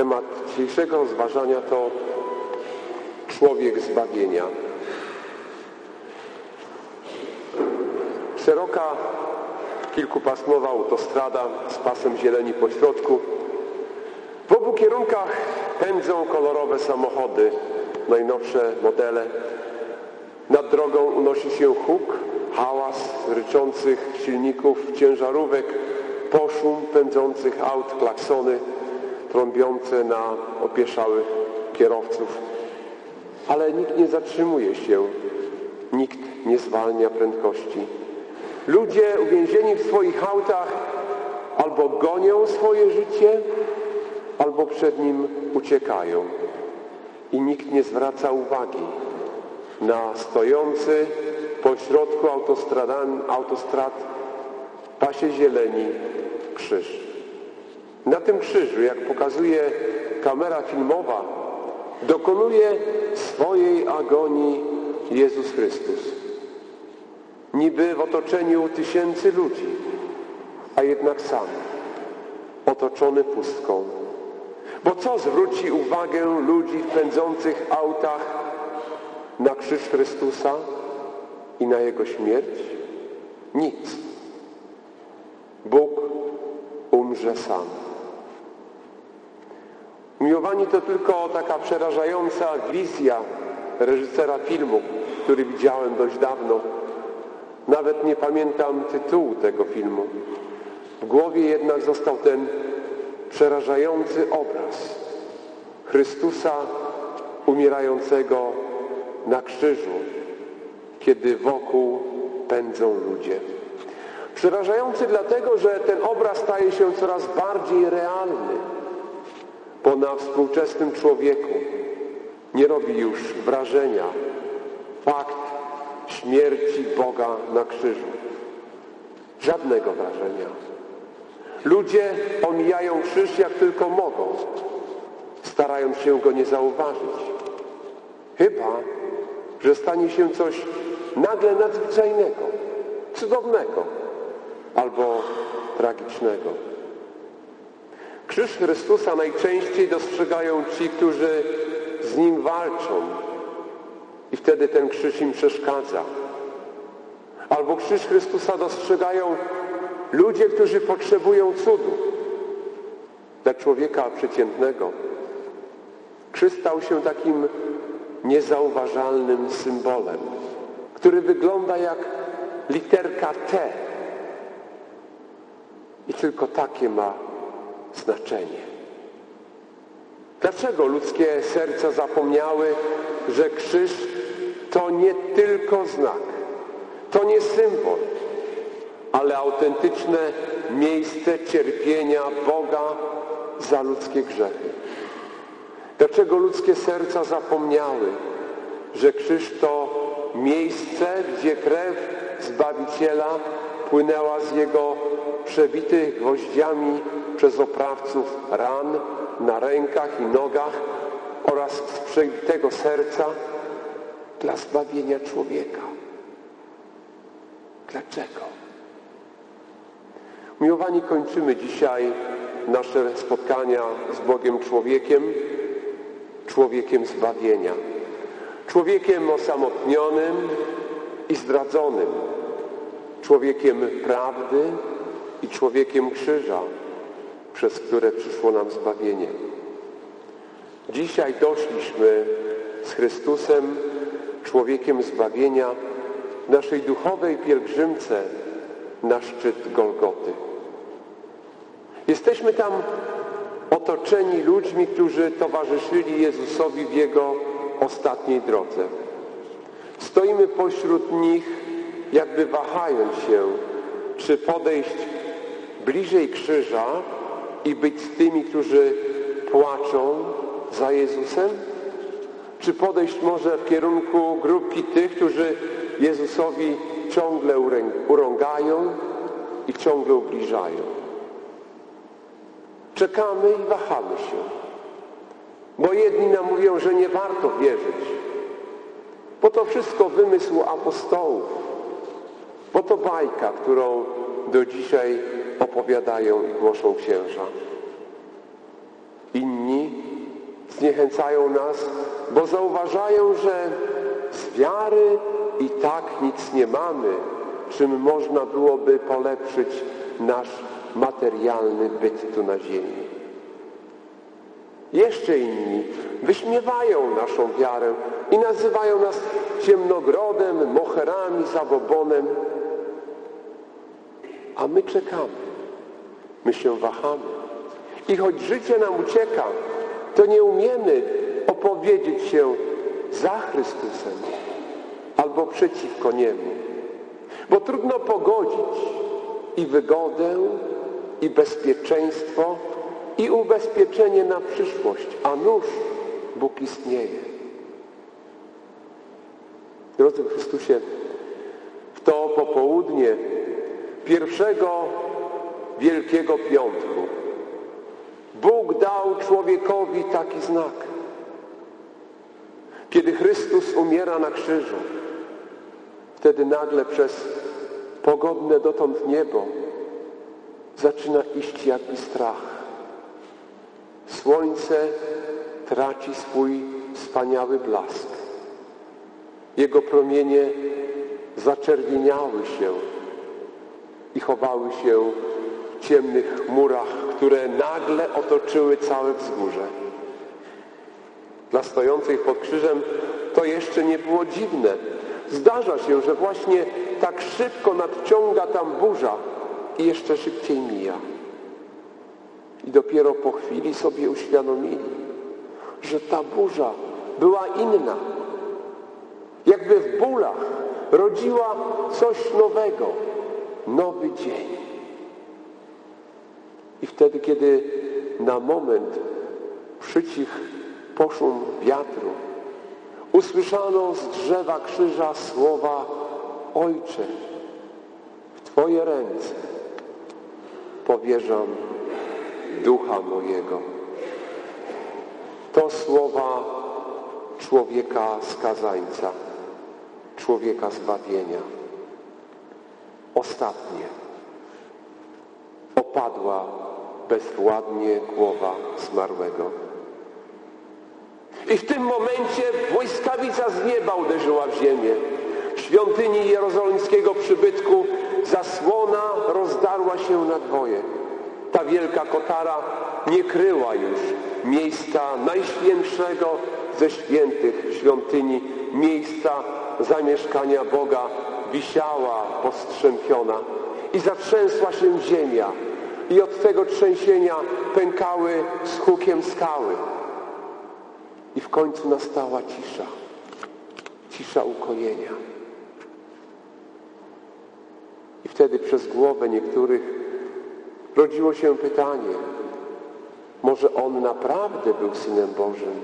Temat dzisiejszego rozważania to człowiek zbawienia. Szeroka, kilkupasmowa autostrada z pasem zieleni po środku. W obu kierunkach pędzą kolorowe samochody, najnowsze modele. Nad drogą unosi się huk, hałas ryczących silników ciężarówek, poszum pędzących aut, klaksony trąbiące na opieszałych kierowców. Ale nikt nie zatrzymuje się, nikt nie zwalnia prędkości. Ludzie uwięzieni w swoich autach albo gonią swoje życie, albo przed nim uciekają. I nikt nie zwraca uwagi na stojący pośrodku autostrad w pasie zieleni krzyż. Na tym krzyżu, jak pokazuje kamera filmowa, dokonuje swojej agonii Jezus Chrystus. Niby w otoczeniu tysięcy ludzi, a jednak sam, otoczony pustką. Bo co zwróci uwagę ludzi w pędzących autach na krzyż Chrystusa i na Jego śmierć? Nic. Bóg umrze sam. Umiłowani, to tylko taka przerażająca wizja reżysera filmu, który widziałem dość dawno. Nawet nie pamiętam tytułu tego filmu. W głowie jednak został ten przerażający obraz Chrystusa umierającego na krzyżu, kiedy wokół pędzą ludzie. Przerażający dlatego, że ten obraz staje się coraz bardziej realny, bo na współczesnym człowieku nie robi już wrażenia fakt śmierci Boga na krzyżu. Żadnego wrażenia. Ludzie omijają krzyż jak tylko mogą, starając się go nie zauważyć. Chyba że stanie się coś nagle nadzwyczajnego, cudownego albo tragicznego. Krzyż Chrystusa najczęściej dostrzegają ci, którzy z Nim walczą i wtedy ten krzyż im przeszkadza. Albo krzyż Chrystusa dostrzegają ludzie, którzy potrzebują cudu. Dla człowieka przeciętnego krzyż stał się takim niezauważalnym symbolem, który wygląda jak literka T. I tylko takie ma znaczenie. Dlaczego ludzkie serca zapomniały, że krzyż to nie tylko znak, to nie symbol, ale autentyczne miejsce cierpienia Boga za ludzkie grzechy? Dlaczego ludzkie serca zapomniały, że krzyż to miejsce, gdzie krew Zbawiciela płynęła z Jego przebitych gwoździami przez oprawców ran na rękach i nogach oraz z przebitego serca dla zbawienia człowieka? Dlaczego? Miłowani, kończymy dzisiaj nasze spotkania z Bogiem człowiekiem zbawienia. Człowiekiem osamotnionym i zdradzonym. Człowiekiem prawdy i człowiekiem krzyża, przez które przyszło nam zbawienie. Dzisiaj doszliśmy z Chrystusem, człowiekiem zbawienia, w naszej duchowej pielgrzymce na szczyt Golgoty. Jesteśmy tam otoczeni ludźmi, którzy towarzyszyli Jezusowi w Jego ostatniej drodze. Stoimy pośród nich, jakby wahając się, czy podejść bliżej krzyża i być z tymi, którzy płaczą za Jezusem, czy podejść może w kierunku grupki tych, którzy Jezusowi ciągle urągają i ciągle ubliżają. Czekamy i wahamy się, bo jedni nam mówią, że nie warto wierzyć, bo to wszystko wymysł apostołów, bo to bajka, którą do dzisiaj opowiadają i głoszą księża. Inni zniechęcają nas, bo zauważają, że z wiary i tak nic nie mamy, czym można byłoby polepszyć nasz materialny byt tu na ziemi. Jeszcze inni wyśmiewają naszą wiarę i nazywają nas ciemnogrodem, moherami, zabobonem. A my czekamy, my się wahamy. I choć życie nam ucieka, to nie umiemy opowiedzieć się za Chrystusem albo przeciwko Niemu. Bo trudno pogodzić i wygodę, i bezpieczeństwo, i ubezpieczenie na przyszłość, a nuż Bóg istnieje. Drodzy w Chrystusie, w to popołudnie pierwszego Wielkiego Piątku Bóg dał człowiekowi taki znak. Kiedy Chrystus umiera na krzyżu, wtedy nagle przez pogodne dotąd niebo zaczyna iść jakby strach. Słońce traci swój wspaniały blask. Jego promienie zaczerwieniały się i chowały się w ciemnych chmurach, które nagle otoczyły całe wzgórze. Dla stojących pod krzyżem to jeszcze nie było dziwne. Zdarza się, że właśnie tak szybko nadciąga tam burza i jeszcze szybciej mija. I dopiero po chwili sobie uświadomili, że ta burza była inna. Jakby w bólach rodziła coś nowego, nowy dzień. I wtedy, kiedy na moment przycichł poszum wiatru, usłyszano z drzewa krzyża słowa: Ojcze, w Twoje ręce powierzam ducha mojego. To słowa człowieka skazańca, człowieka zbawienia. Ostatnie. Opadła bezwładnie głowa zmarłego. I w tym momencie błyskawica z nieba uderzyła w ziemię. W świątyni jerozolimskiego przybytku zasłona rozdarła się na dwoje. Ta wielka kotara nie kryła już miejsca najświętszego ze świętych świątyni, miejsca zamieszkania Boga. Wisiała postrzępiona i zatrzęsła się ziemia. I od tego trzęsienia pękały z hukiem skały. I w końcu nastała cisza. Cisza ukojenia. I wtedy przez głowę niektórych rodziło się pytanie: może On naprawdę był Synem Bożym?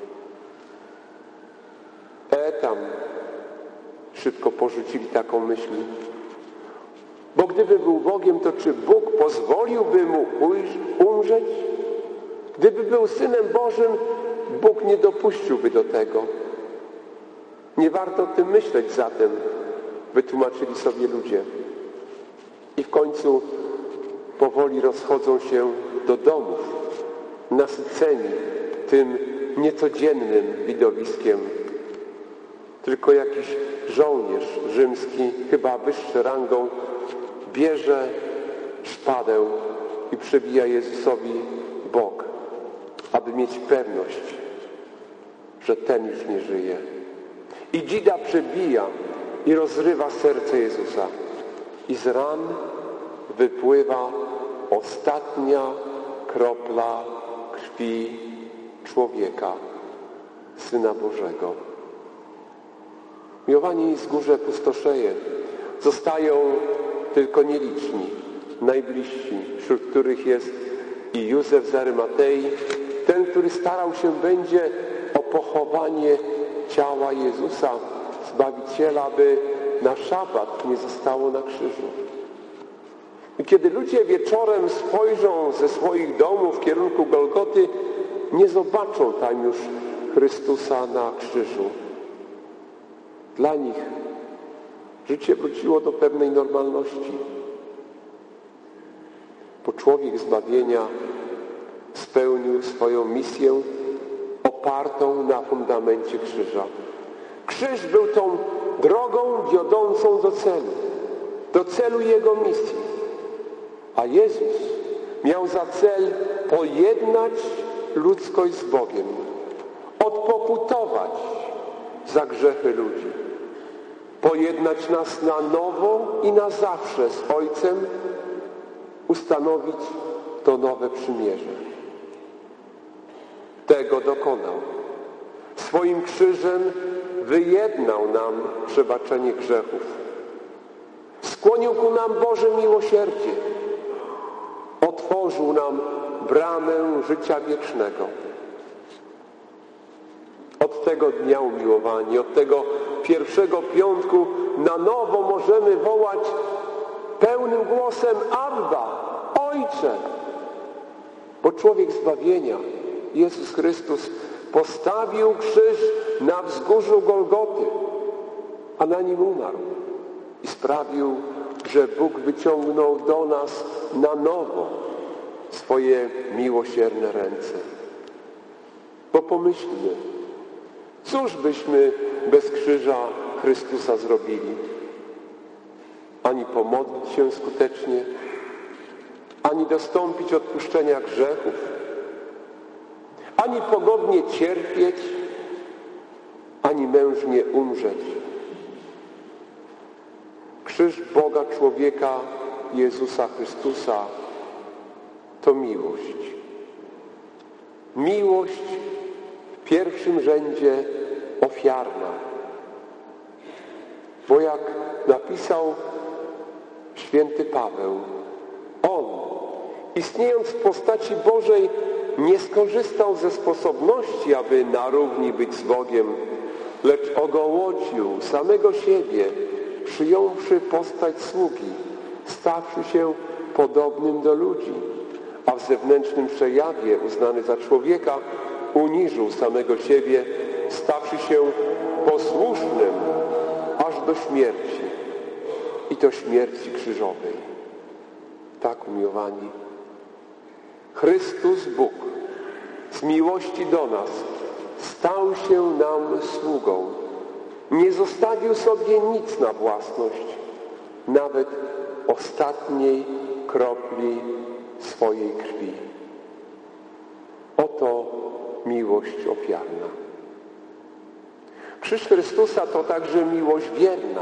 Tam szybko porzucili taką myśl. Bo gdyby był Bogiem, to czy Bóg pozwoliłby Mu umrzeć? Gdyby był Synem Bożym, Bóg nie dopuściłby do tego. Nie warto o tym myśleć zatem, wytłumaczyli sobie ludzie. I w końcu powoli rozchodzą się do domów, nasyceni tym niecodziennym widowiskiem. Tylko jakiś żołnierz rzymski, chyba wyższy rangą, bierze szpadę i przebija Jezusowi bok, aby mieć pewność, że ten już nie żyje. I dzida przebija i rozrywa serce Jezusa. I z ran wypływa ostatnia kropla krwi człowieka, Syna Bożego. Miłowani, wzgórze pustoszeje. Zostają tylko nieliczni, najbliżsi, wśród których jest i Józef z Arymatei, ten, który starał się będzie o pochowanie ciała Jezusa, Zbawiciela, by na szabat nie zostało na krzyżu. I kiedy ludzie wieczorem spojrzą ze swoich domów w kierunku Golgoty, nie zobaczą tam już Chrystusa na krzyżu. Dla nich życie wróciło do pewnej normalności. Bo człowiek zbawienia spełnił swoją misję, opartą na fundamencie krzyża. Krzyż był tą drogą wiodącą do celu Jego misji. A Jezus miał za cel pojednać ludzkość z Bogiem, odpokutować za grzechy ludzi, pojednać nas na nowo i na zawsze z Ojcem, ustanowić to nowe przymierze. Tego dokonał. Swoim krzyżem wyjednał nam przebaczenie grzechów. Skłonił ku nam Boże miłosierdzie. Otworzył nam bramę życia wiecznego. Od tego dnia, umiłowani, od tego pierwszego piątku na nowo możemy wołać pełnym głosem: Abba, Ojcze! Bo człowiek zbawienia, Jezus Chrystus, postawił krzyż na wzgórzu Golgoty, a na nim umarł i sprawił, że Bóg wyciągnął do nas na nowo swoje miłosierne ręce. Bo pomyślmy, cóż byśmy bez krzyża Chrystusa zrobili? Ani pomodlić się skutecznie, ani dostąpić odpuszczenia grzechów, ani pogodnie cierpieć, ani mężnie umrzeć. Krzyż Boga człowieka Jezusa Chrystusa to miłość. Miłość w pierwszym rzędzie ofiarna. Bo jak napisał święty Paweł, on, istniejąc w postaci Bożej, nie skorzystał ze sposobności, aby na równi być z Bogiem, lecz ogołocił samego siebie, przyjąwszy postać sługi, stawszy się podobnym do ludzi, a w zewnętrznym przejawie, uznany za człowieka, uniżył samego siebie, stawszy się posłusznym aż do śmierci, i to śmierci krzyżowej. Tak, umiłowani, Chrystus Bóg z miłości do nas stał się nam sługą. Nie zostawił sobie nic na własność, nawet ostatniej kropli swojej krwi. Oto miłość ofiarna. Krzyż Chrystusa to także miłość wierna.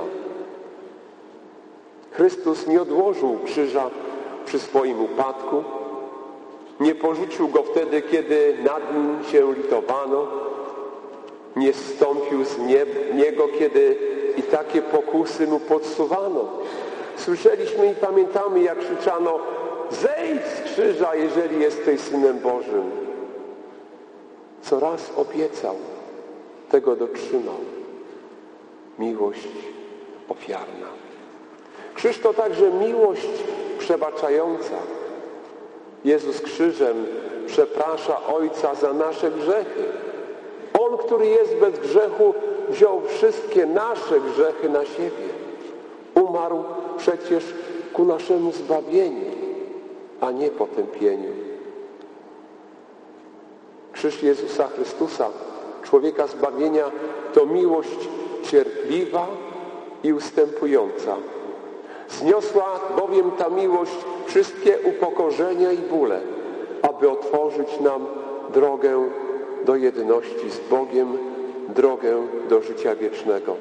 Chrystus nie odłożył krzyża przy swoim upadku, nie porzucił go wtedy, kiedy nad nim się litowano, nie zstąpił z niego, kiedy i takie pokusy mu podsuwano. Słyszeliśmy i pamiętamy, jak krzyczano: zejdź z krzyża, jeżeli jesteś Synem Bożym. Co raz obiecał, tego dotrzymał. Miłość ofiarna. Krzyż to także miłość przebaczająca. Jezus krzyżem przeprasza Ojca za nasze grzechy. On, który jest bez grzechu, wziął wszystkie nasze grzechy na siebie. Umarł przecież ku naszemu zbawieniu, a nie potępieniu. Krzyż Jezusa Chrystusa, człowieka zbawienia, to miłość cierpliwa i ustępująca. Zniosła bowiem ta miłość wszystkie upokorzenia i bóle, aby otworzyć nam drogę do jedności z Bogiem, drogę do życia wiecznego.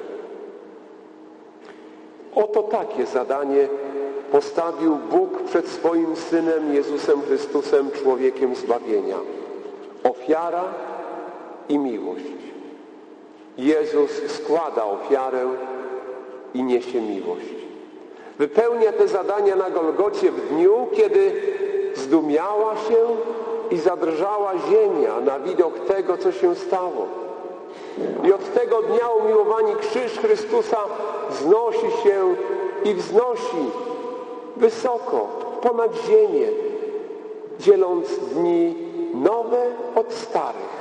Oto takie zadanie postawił Bóg przed swoim Synem Jezusem Chrystusem, człowiekiem zbawienia. Ofiara i miłość. Jezus składa ofiarę i niesie miłość. Wypełnia te zadania na Golgocie w dniu, kiedy zdumiała się i zadrżała ziemia na widok tego, co się stało. I od tego dnia, umiłowani, krzyż Chrystusa wznosi się i wznosi wysoko, ponad ziemię, dzieląc dni nowe od starych.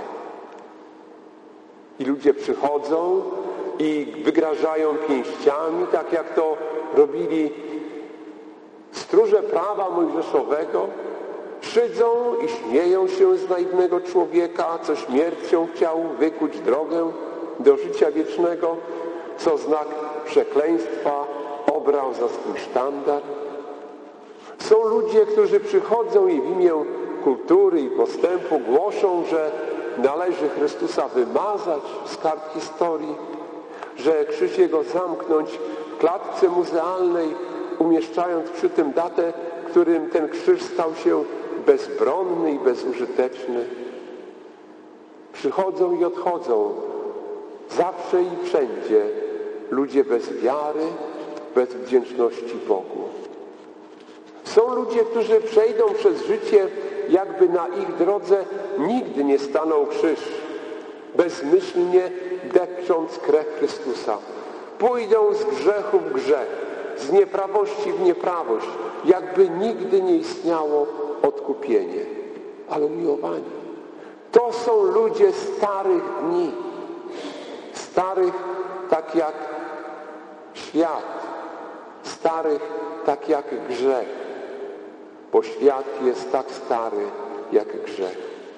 I ludzie przychodzą i wygrażają pięściami, tak jak to robili stróże prawa mojżeszowego, Szydzą i śmieją się z naiwnego człowieka, co śmiercią chciał wykuć drogę do życia wiecznego, co znak przekleństwa obrał za swój sztandar. Są ludzie, którzy przychodzą i w imię kultury i postępu głoszą, że należy Chrystusa wymazać z kart historii, że krzyż Jego zamknąć w klatce muzealnej, umieszczając przy tym datę, którym ten krzyż stał się bezbronny i bezużyteczny. Przychodzą i odchodzą zawsze i wszędzie ludzie bez wiary, bez wdzięczności Bogu. Są ludzie, którzy przejdą przez życie, jakby na ich drodze nigdy nie stanął krzyż, bezmyślnie depcząc krew Chrystusa. Pójdą z grzechu w grzech, z nieprawości w nieprawość, jakby nigdy nie istniało odkupienie. Ale umiłowani, to są ludzie starych dni, starych tak jak świat, starych tak jak grzech, bo świat jest tak stary jak grzech.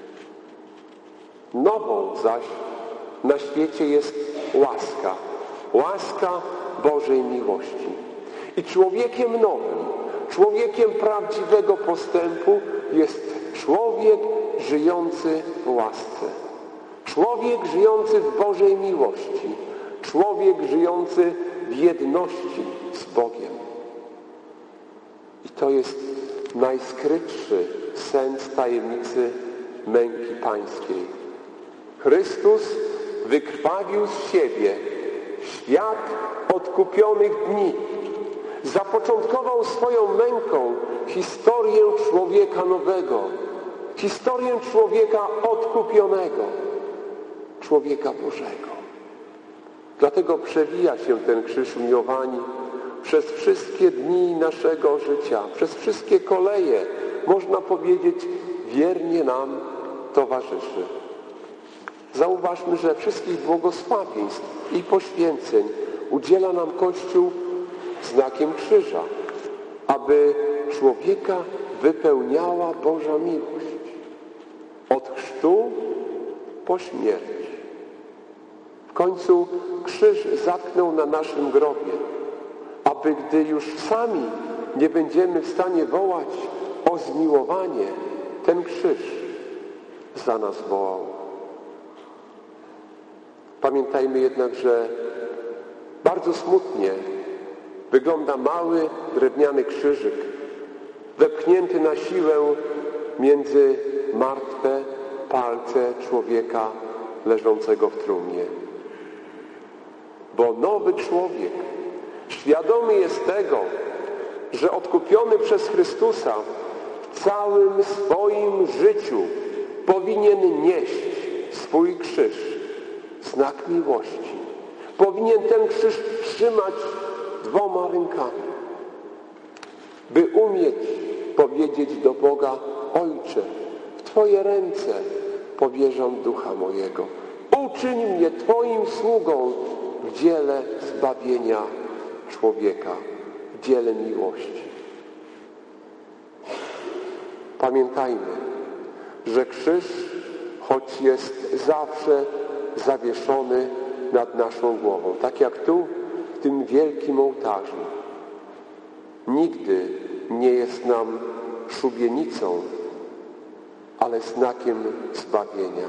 Nową zaś na świecie jest łaska, łaska Bożej miłości. I człowiekiem nowym, człowiekiem prawdziwego postępu jest człowiek żyjący w łasce. Człowiek żyjący w Bożej miłości. Człowiek żyjący w jedności z Bogiem. I to jest najskrytszy sens tajemnicy męki pańskiej. Chrystus wykrwawił z siebie świat odkupionych dni. Zapoczątkował swoją męką historię człowieka nowego, historię człowieka odkupionego, człowieka Bożego. Dlatego przewija się ten krzyż, umiłowani, przez wszystkie dni naszego życia, przez wszystkie koleje, można powiedzieć, wiernie nam towarzyszy. Zauważmy, że wszystkich błogosławieństw i poświęceń udziela nam Kościół znakiem krzyża, aby człowieka wypełniała Boża miłość. Od chrztu po śmierć. W końcu krzyż zatknął na naszym grobie, aby gdy już sami nie będziemy w stanie wołać o zmiłowanie, ten krzyż za nas wołał. Pamiętajmy jednak, że bardzo smutnie wygląda mały drewniany krzyżyk wepchnięty na siłę między martwe palce człowieka leżącego w trumnie. Bo nowy człowiek świadomy jest tego, że odkupiony przez Chrystusa w całym swoim życiu powinien nieść swój krzyż, znak miłości. Powinien ten krzyż trzymać dwoma rękami, by umieć powiedzieć do Boga: Ojcze, w Twoje ręce powierzam ducha mojego. Uczyń mnie Twoim sługą w dziele zbawienia człowieka, w dziele miłości. Pamiętajmy, że krzyż, choć jest zawsze zawieszony nad naszą głową, tak jak tu, w tym wielkim ołtarzu, nigdy nie jest nam szubienicą, ale znakiem zbawienia.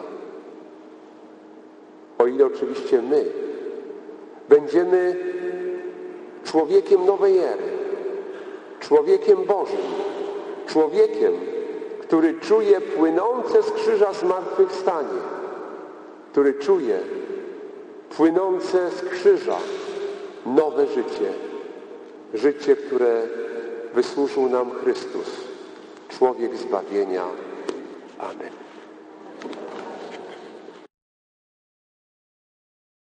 O ile oczywiście my będziemy człowiekiem nowej ery, człowiekiem Bożym, człowiekiem, który czuje płynące z krzyża zmartwychwstanie, który czuje płynące z krzyża nowe życie, życie, które wysłużył nam Chrystus, człowiek zbawienia. Amen.